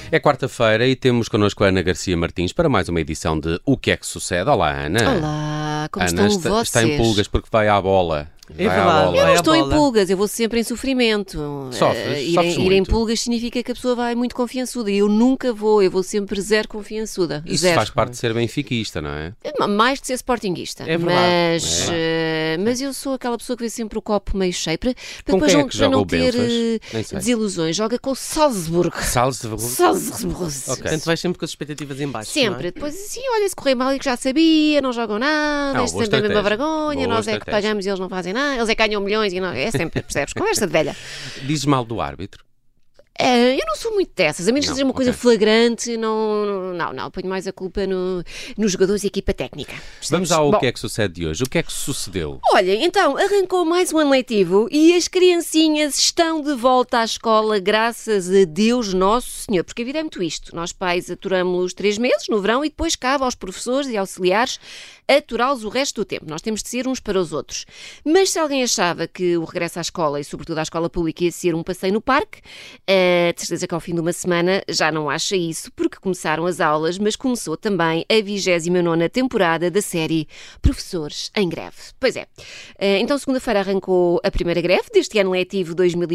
É quarta-feira e temos connosco a Ana Garcia Martins para mais uma edição de O que é que sucede? Olá, Ana. Olá, como Ana estão vocês? está em pulgas porque vai à bola. É verdade. Eu não estou em pulgas, eu vou sempre em sofrimento. Sofres Ir em muito. pulgas significa que a pessoa vai muito confiançuda e eu nunca vou, eu vou sempre zero confiançuda. Isso zero. faz parte de ser benfiquista, não é? Mais de ser sportinguista. É verdade. Mas eu sou aquela pessoa que vê sempre o copo meio cheio para Com depois quem é que para joga não o ter Belfast? Nem sei. desilusões. Joga com o Salzburg. Salzburg. Ok. Portanto, vais sempre com as expectativas em baixo. Sempre. Não é? Depois assim, olha, se correr mal e que já sabia, não jogam nada, Não, isto boa sempre é uma estratégia. vergonha, Boa nós é que estratégia. pagamos e eles não fazem nada, eles é que ganham milhões e não, é sempre, percebes? Conversa de velha. Dizes mal do árbitro? Eu não sou muito dessas, a menos que Não, seja uma coisa ok. flagrante, não, ponho mais a culpa nos jogadores e equipa técnica. Percebes? Vamos ao Bom, que é que sucede de hoje. O que é que sucedeu? Olha, então, arrancou mais um ano letivo e as criancinhas estão de volta à escola, graças a Deus Nosso Senhor, porque a vida é muito isto. Nós pais aturamos-los 3 meses no verão e depois cabe aos professores e auxiliares aturá-los o resto do tempo. Nós temos de ser uns para os outros. Mas se alguém achava que o regresso à escola, e sobretudo à escola pública, ia ser um passeio no parque, de certeza que ao fim de uma semana já não acha isso, porque começaram as aulas, mas começou também a 29ª temporada da série Professores em Greve. Pois é. Então, segunda-feira arrancou a primeira greve deste ano letivo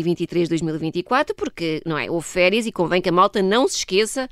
2023-2024, porque, não é, houve férias e convém que a malta não se esqueça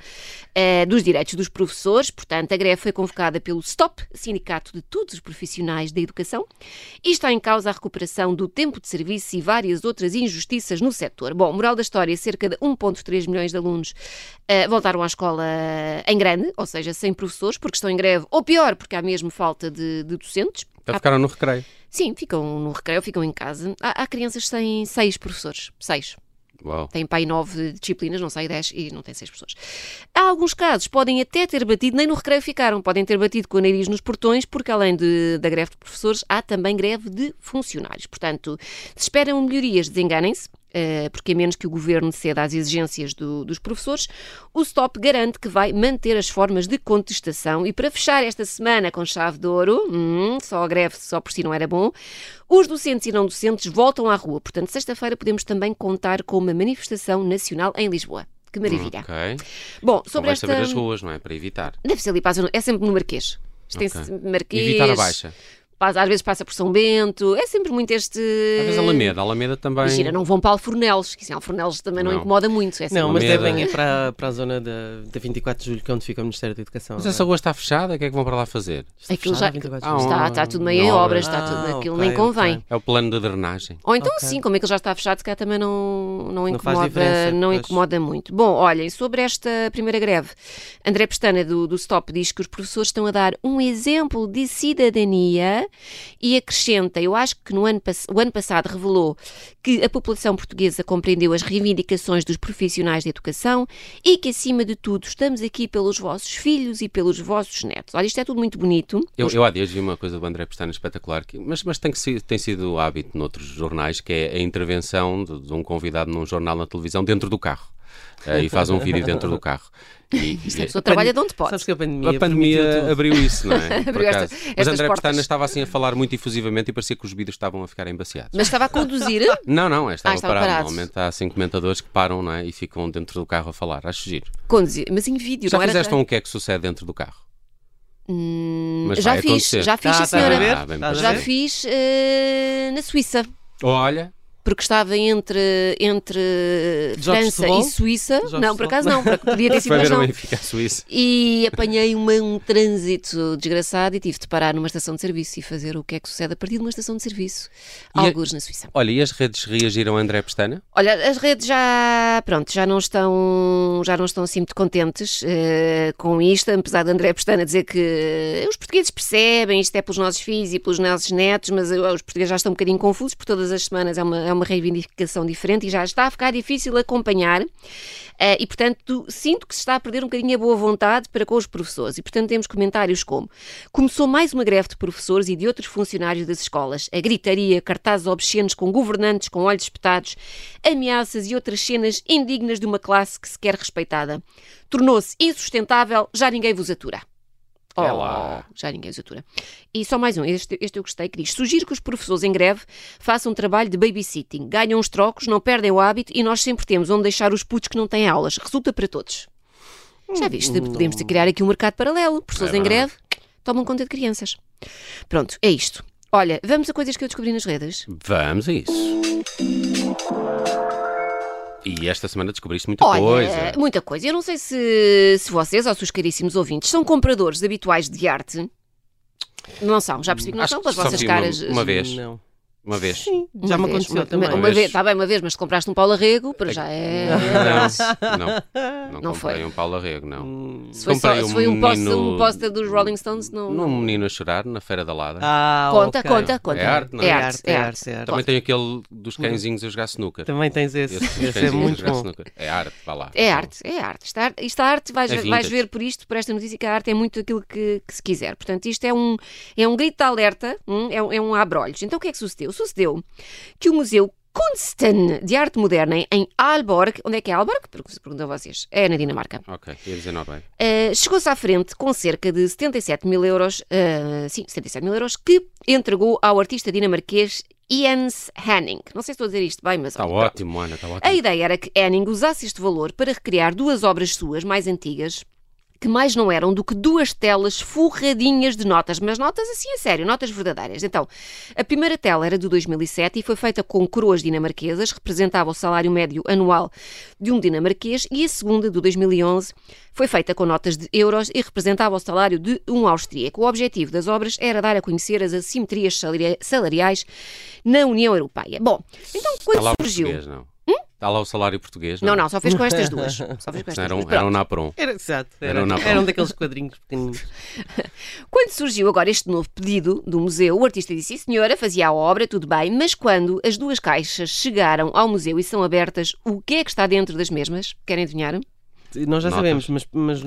dos direitos dos professores. Portanto, a greve foi convocada pelo STOP, Sindicato de Todos os Profissionais da Educação, e está em causa a recuperação do tempo de serviço e várias outras injustiças no setor. Bom, moral da história, cerca de 1,3 milhões de alunos voltaram à escola em grande, ou seja, sem professores, porque estão em greve, ou pior, porque há mesmo falta de docentes. Já ficaram no recreio? Sim, ficam no recreio, ficam em casa. Há crianças que têm 6 professores, 6. Uau. Tem pai 9 disciplinas, não sei, 10 e não tem 6 pessoas. Há alguns casos, podem até ter batido, nem no recreio ficaram, podem ter batido com o nariz nos portões, porque além da greve de professores, há também greve de funcionários. Portanto, se esperam melhorias, desenganem-se, porque a menos que o governo ceda às exigências dos professores, o STOP garante que vai manter as formas de contestação. E para fechar esta semana com chave de ouro, só a greve só por si não era bom, os docentes e não docentes voltam à rua. Portanto, sexta-feira podemos também contar com uma manifestação nacional em Lisboa. Que maravilha. Ok. Bom, Só sobre vais esta... saber as ruas, não é? Para evitar. Deve ser ali, é sempre no Marquês. Isto Ok. tem Marquês... Evitar a Baixa. Às vezes passa por São Bento, é sempre muito este... Às vezes Alameda também. Imagina, não vão para Alfornelos, que assim, Alfornelos também não Não. incomoda muito. É sempre Não, mas Alameda. devem ir para a zona da 24 de Julho, que é onde fica o Ministério da Educação. Mas essa rua está fechada, o que é que vão para lá fazer? Está Aquilo fechada, já 24 de Julho. está tudo meio em obras, está tudo, aquilo nem convém. ok. É o plano de drenagem. Ou então Ok. sim, como aquilo já está fechado, se calhar também não faz incomoda, diferença, não pois. incomoda muito. Bom, olhem, sobre esta primeira greve, André Pestana do STOP diz que os professores estão a dar um exemplo de cidadania e acrescenta, eu acho que o ano passado revelou que a população portuguesa compreendeu as reivindicações dos profissionais de educação e que, acima de tudo, estamos aqui pelos vossos filhos e pelos vossos netos. Olha, isto é tudo muito bonito. Eu há dias vi uma coisa do André Pestana espetacular, mas tem sido hábito noutros jornais, que é a intervenção de um convidado num jornal na televisão dentro do carro. E faz um vídeo dentro do carro. A pessoa trabalha de onde pode. Sabes que a A pandemia pandemia abriu isso, não é? Por Abriu acaso. Mas estas André portas. Pestana estava assim a falar muito efusivamente e parecia que os vídeos estavam a ficar embaciados. Mas estava a conduzir. Não, estava estava parado. parado. Normalmente há assim comentadores que param, não é? E ficam dentro do carro a falar. Acho giro. Conduzir, mas em vídeo, Já não era... fizeste um o que é que sucede dentro do carro? Mas Já vai fiz, acontecer. sim, Estás a senhora. ver? Ah, bem Estás a Já ver? fiz na Suíça, Olha, porque estava entre Jogos de França futebol? e Suíça. Jogos Não, de por futebol? acaso não, podia ter sido, foi mas ver o não. Benfica Suíça. E apanhei um trânsito desgraçado e tive de parar numa estação de serviço e fazer o que é que sucede a partir de uma estação de serviço, E algures na Suíça. Olha, e as redes reagiram a André Pestana? Olha, as redes já não estão assim muito contentes com isto, apesar de André Pestana dizer que os portugueses percebem, isto é pelos nossos filhos e pelos nossos netos, mas os portugueses já estão um bocadinho confusos, porque todas as semanas é uma reivindicação diferente e já está a ficar difícil acompanhar. E, portanto, sinto que se está a perder um bocadinho a boa vontade para com os professores. E, portanto, temos comentários como: começou mais uma greve de professores e de outros funcionários das escolas. A gritaria, cartazes obscenos com governantes com olhos espetados, ameaças e outras cenas indignas de uma classe que se quer respeitada. Tornou-se insustentável, já ninguém vos atura. É lá. Já ninguém os atura. E só mais um, este eu gostei, que diz: sugiro que os professores em greve façam um trabalho de babysitting, ganham uns trocos, não perdem o hábito e nós sempre temos onde deixar os putos que não têm aulas. Resulta para todos. Já viste? Podemos criar aqui um mercado paralelo. Pessoas em greve tomam conta de crianças. Pronto, é isto. Olha, vamos a coisas que eu descobri nas redes. Vamos a isso. E esta semana descobriste muita coisa. Muita coisa. Eu não sei se vocês, ou se os caríssimos ouvintes, são compradores habituais de arte. Não são, já percebi que não são, pelas vossas caras. Uma vez. Não. Uma vez. Sim, já me aconteceu também. Uma vez, está bem, uma vez, mas se compraste um Paulo Arrego, para já é... Não comprei um Paulo Arrego, não. Se foi um póster dos Rolling Stones, não... Num menino a chorar, na Feira da Ladra. Conta. É arte, não é? É arte. Também tem aquele dos cãezinhos a jogar snooker. Também tens esse é muito bom. É arte, vá lá. É arte. Isto a arte, vais ver por esta notícia que a arte é muito aquilo que se quiser. Portanto, isto é um grito de alerta, é um abrolhos. Então o que é que sucedeu? Sucedeu que o Museu Kunsten de Arte Moderna em Aalborg, onde é que é Aalborg? Perguntam vocês. É na Dinamarca. Ok, ia dizer Noruega. Chegou-se à frente com cerca de 77 mil euros, 77 mil euros, que entregou ao artista dinamarquês Jens Henning. Não sei se estou a dizer isto bem, mas... Está ótimo, Ana, está ótimo. A ideia era que Henning usasse este valor para recriar duas obras suas mais antigas, que mais não eram do que 2 telas forradinhas de notas, mas notas assim a sério, notas verdadeiras. Então, a primeira tela era de 2007 e foi feita com coroas dinamarquesas, representava o salário médio anual de um dinamarquês, e a segunda, de 2011, foi feita com notas de euros e representava o salário de um austríaco. O objetivo das obras era dar a conhecer as assimetrias salariais na União Europeia. Bom, então quando surgiu... Está lá o salário português, não? Não, só fez com estas duas. Era um Napron. Eram daqueles quadrinhos pequeninos. Quando surgiu agora este novo pedido do museu, o artista disse, sim senhora, fazia a obra, tudo bem, mas quando as duas caixas chegaram ao museu e são abertas, o que é que está dentro das mesmas? Querem adivinhar? Nós já sabemos, mas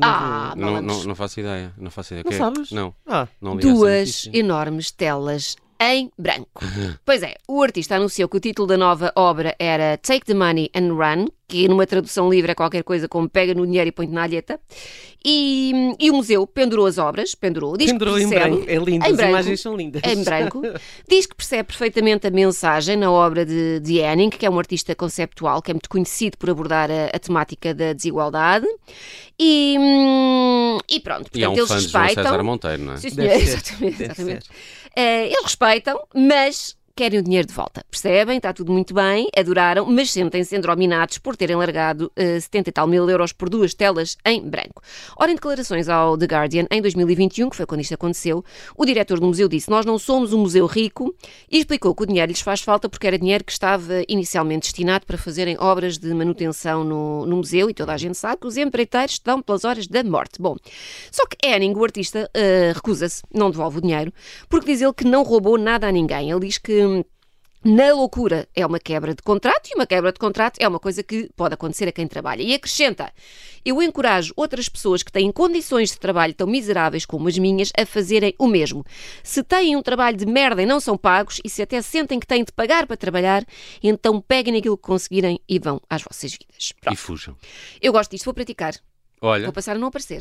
não faço ideia. Não sabes? Não. Não li 2 enormes telas em branco. Pois é, o artista anunciou que o título da nova obra era Take the Money and Run, que numa tradução livre é qualquer coisa como pega no dinheiro e põe-te na alheta. E o museu pendurou as obras, diz que percebe, em branco, é lindo, as imagens são lindas. Em branco. Diz que percebe perfeitamente a mensagem na obra de Henning, que é um artista conceptual, que é muito conhecido por abordar a temática da desigualdade. E pronto, portanto, e é um eles fã respeitam. De João César Monteiro, não é? Sim, exatamente. Eles respeitam, mas querem o dinheiro de volta. Percebem? Está tudo muito bem, adoraram, mas sentem-se endrominados por terem largado 70 e tal mil euros por 2 telas em branco. Ora, em declarações ao The Guardian, em 2021, que foi quando isto aconteceu, o diretor do museu disse: nós não somos um museu rico, e explicou que o dinheiro lhes faz falta porque era dinheiro que estava inicialmente destinado para fazerem obras de manutenção no museu, e toda a gente sabe que os empreiteiros dão pelas horas da morte. Bom, só que Henning, o artista, recusa-se, não devolve o dinheiro, porque diz ele que não roubou nada a ninguém. Ele diz que na loucura é uma quebra de contrato, e uma quebra de contrato é uma coisa que pode acontecer a quem trabalha. E acrescenta: eu encorajo outras pessoas que têm condições de trabalho tão miseráveis como as minhas a fazerem o mesmo. Se têm um trabalho de merda e não são pagos, e se até sentem que têm de pagar para trabalhar, então peguem naquilo que conseguirem e vão às vossas vidas. Pronto. E fujam. Eu gosto disto, vou praticar. Olha. Vou passar a não aparecer.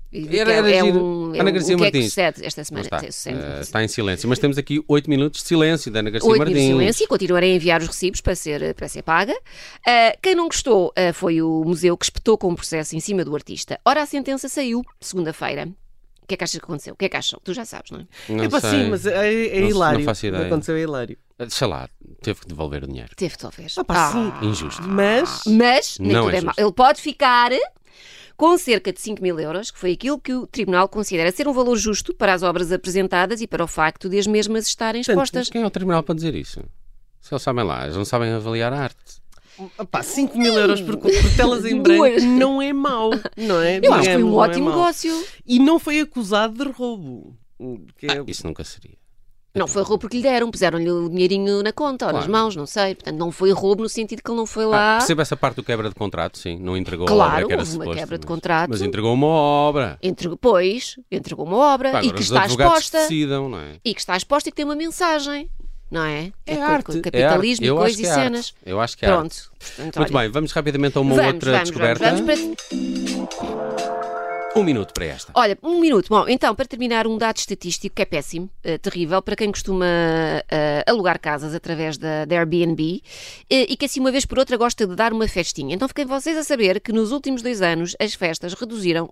Ana Garcia Martins. Esta semana. Está em silêncio, mas temos aqui 8 minutos de silêncio da Ana Garcia Martins. 8 minutos de silêncio, e continuarei a enviar os recibos para ser paga. Quem não gostou foi o museu, que espetou com um processo em cima do artista. Ora, a sentença saiu segunda-feira. O que é que achas que aconteceu? O que é que acham? Tu já sabes, não é? Não sei. Sim, mas é hilário. Não faço ideia. Aconteceu é hilário. Sei lá, teve que devolver o dinheiro. Teve que devolver. Sim. Injusto. Mas nem não tudo é mau. Ele pode ficar com cerca de 5 mil euros, que foi aquilo que o Tribunal considera ser um valor justo para as obras apresentadas e para o facto de as mesmas estarem expostas. Mas quem é o Tribunal para dizer isso? Se eles sabem lá, eles não sabem avaliar a arte. 5 mil euros por telas em branco não é mau, não é? Eu acho que foi um ótimo negócio. E não foi acusado de roubo. Isso nunca seria. Não foi roubo porque lhe deram, puseram-lhe o dinheirinho na conta, ou nas mãos, não sei. Portanto, não foi roubo no sentido que ele não foi lá. Percebo essa parte do quebra de contrato, sim. Não entregou a obra que era suposto. Claro, houve uma quebra de contrato. Mas entregou uma obra. Entregou uma obra. Agora, e que os está exposta. Decidam, não é? E que está exposta e que tem uma mensagem. Não é? É arte. Capitalismo, é coisas e cenas. Eu acho que é Pronto. Muito bem, vamos rapidamente a uma outra descoberta. Um minuto para esta. Olha, um minuto. Bom, então, para terminar, um dado estatístico que é péssimo, terrível, para quem costuma alugar casas através da Airbnb e que assim uma vez por outra gosta de dar uma festinha. Então fiquem vocês a saber que nos últimos 2 anos as festas reduziram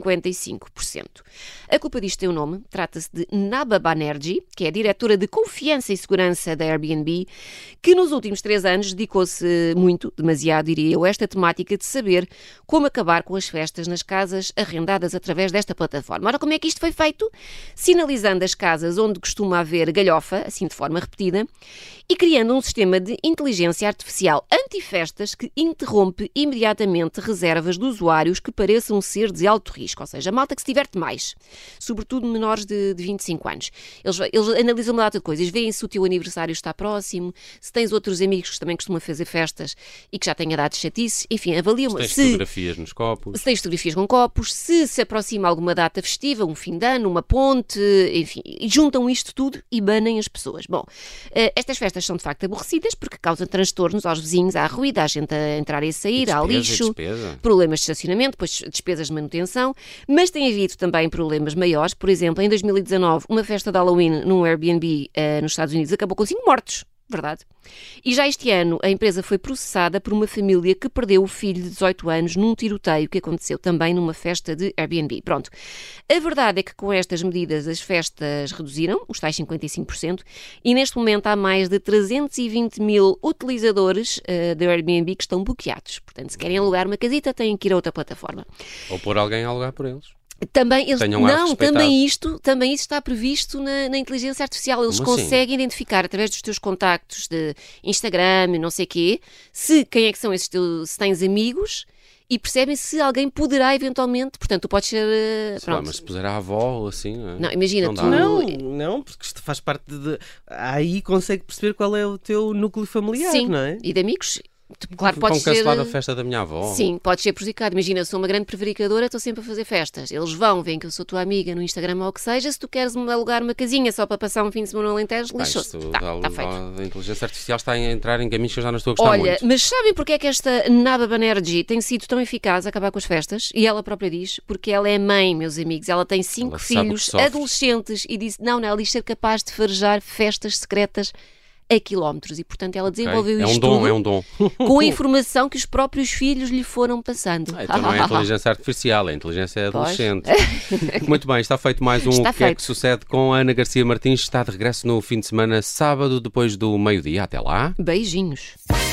55%. A culpa disto tem um nome, trata-se de Naba Banerjee, que é a diretora de Confiança e Segurança da Airbnb, que nos últimos 3 anos dedicou-se muito, demasiado diria eu, a esta temática de saber como acabar com as festas nas casas arrendadas através desta plataforma. Ora, como é que isto foi feito? Sinalizando as casas onde costuma haver galhofa, assim de forma repetida, e criando um sistema de inteligência artificial anti-festas que interrompe imediatamente reservas de usuários que pareçam ser de alto risco, ou seja, a malta que se diverte mais, sobretudo menores de 25 anos. Eles analisam uma data de coisas, veem se o teu aniversário está próximo, se tens outros amigos que também costumam fazer festas e que já têm a data de chatice, enfim, avaliam se tens fotografias nos copos. Se tens fotografias com copos, se aproxima alguma data festiva, um fim de ano, uma ponte, enfim, e juntam isto tudo e banem as pessoas. Bom, estas festas são de facto aborrecidas porque causam transtornos aos vizinhos, há ruído, há gente a entrar e a sair, há lixo, problemas de estacionamento, depois despesas de manutenção, mas tem havido também problemas maiores. Por exemplo, em 2019, uma festa de Halloween num Airbnb nos Estados Unidos acabou com 5 mortos. Verdade. E já este ano a empresa foi processada por uma família que perdeu o filho de 18 anos num tiroteio que aconteceu também numa festa de Airbnb. Pronto. A verdade é que com estas medidas as festas reduziram, os tais 55%, e neste momento há mais de 320 mil utilizadores da Airbnb que estão bloqueados. Portanto, se querem alugar uma casita, têm que ir a outra plataforma. Ou pôr alguém a alugar por eles. Também, também isto está previsto na inteligência artificial. Eles conseguem identificar através dos teus contactos de Instagram, não sei o quê, quem é que são esses teus, se tens amigos, e percebem se alguém poderá eventualmente, portanto, tu podes ser... Pronto. Mas se puser a avó ou assim... Não, imagina, Não, porque isto faz parte de... Aí consegue perceber qual é o teu núcleo familiar, sim, não é? E de amigos... Claro, podes cancelar a festa da minha avó. Sim, podes ser prejudicado. Imagina, eu sou uma grande prevaricadora, estou sempre a fazer festas. Eles veem que eu sou tua amiga no Instagram ou o que seja. Se tu queres me alugar uma casinha só para passar um fim de semana no Alentejo, lixou-se. Está feito. A inteligência artificial está a entrar em caminhos que eu já não estou a gostar muito. Olha, mas sabem porque é que esta Naba Banerjee tem sido tão eficaz a acabar com as festas? E ela própria diz, porque ela é mãe, meus amigos. Ela tem 5 filhos adolescentes e disse, não, isto ser capaz de farejar festas secretas a quilómetros, e portanto ela desenvolveu isto tudo é um dom. Com a informação que os próprios filhos lhe foram passando. Então não é inteligência artificial, é inteligência adolescente. Muito bem, está feito mais um O que é que sucede com a Ana Garcia Martins. Está de regresso no fim de semana, sábado, depois do meio-dia. Até lá. Beijinhos.